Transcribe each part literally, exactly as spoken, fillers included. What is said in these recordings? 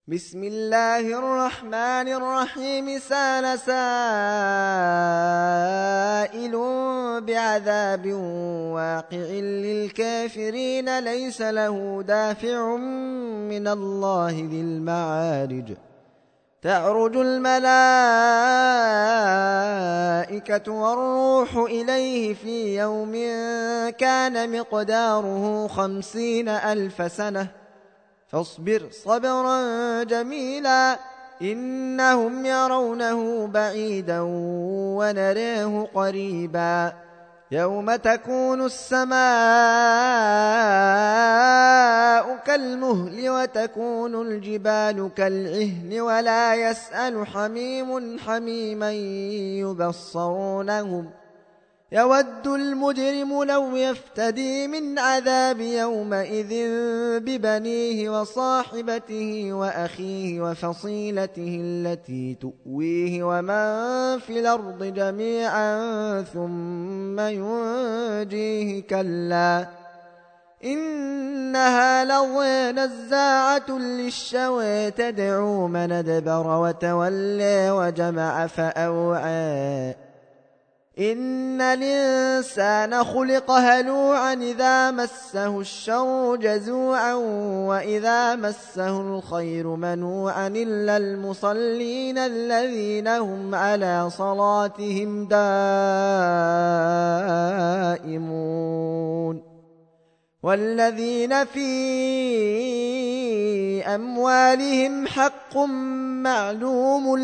بسم الله الرحمن الرحيم. سال سائل بعذاب واقع للكافرين ليس له دافع من الله ذي المعارج. تعرج الملائكة والروح إليه في يوم كان مقداره خمسين ألف سنة فاصبر صبرا جميلا إنهم يرونه بعيدا ونراه قريبا يوم تكون السماء كالمهل وتكون الجبال كالعهن ولا يسأل حميم حميما يبصرونهم يود المجرم لو يفتدي من عذاب يومئذ ببنيه وصاحبته وأخيه وفصيلته التي تؤويه ومن في الأرض جميعا ثم ينجيه كلا إنها لظى نزاعة للشوى تدعو من أدبر وتولى وجمع فأوعى إن الإنسان خلق هلوعا إذا مسه الشر جزوعا وإذا مسه الخير منوعا إلا المصلين الذين هم على صلاتهم دائمون والذين في أموالهم حق معلوم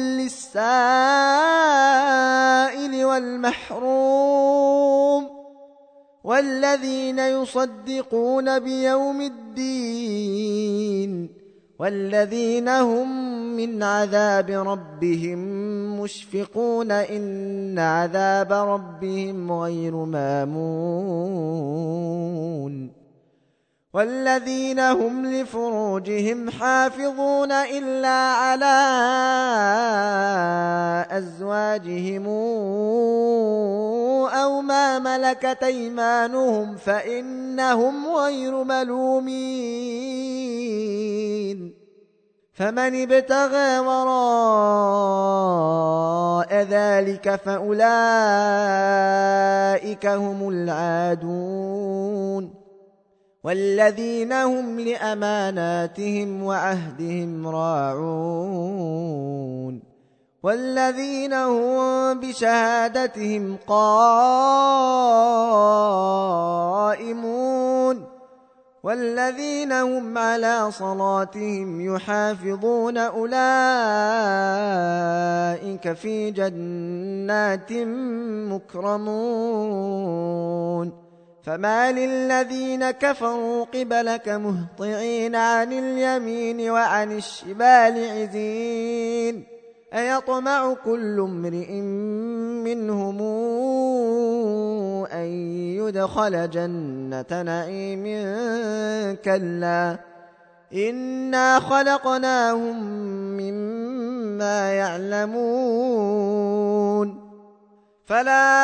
للسائل والمحروم والذين يصدقون بيوم الدين والذين هم من عذاب ربهم مشفقون إن عذاب ربهم غير مامون والذين هم لفروجهم حافظون إلا على أزواجهم أو ما ملكت أيمانهم فإنهم غير ملومين فمن ابتغى وراء ذلك فأولئك هم العادون والذين هم لأماناتهم وعهدهم راعون والذين هم بشهادتهم قائمون والذين هم على صلاتهم يحافظون أولئك في جنات مكرمون فما للذين كفروا قبلك مهطعين عن اليمين وعن الشمال عزين أيطمع كل امرئ منهم أن يدخل جنة نعيم كلا إنا خلقناهم مما يعلمون فلا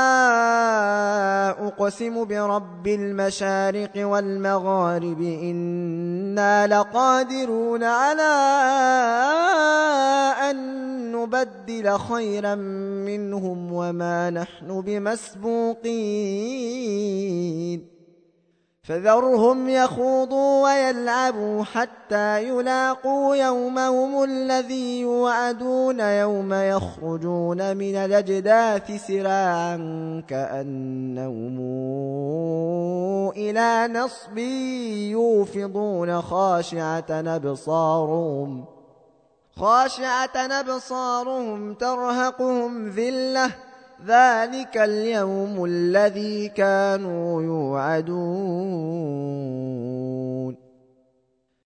أقسم برب المشارق والمغارب إنا لقادرون على أن نبدل خيرا منهم وما نحن بمسبوقين فذرهم يخوضوا ويلعبوا حتى يلاقوا يومهم الذي يوعدون يوم يخرجون من الأجداث سراعا كأنهم إلى نصب يوفضون خاشعة أبصارهم خاشعة أبصارهم ترهقهم ذلة ذلك اليوم الذي كانوا يوعدون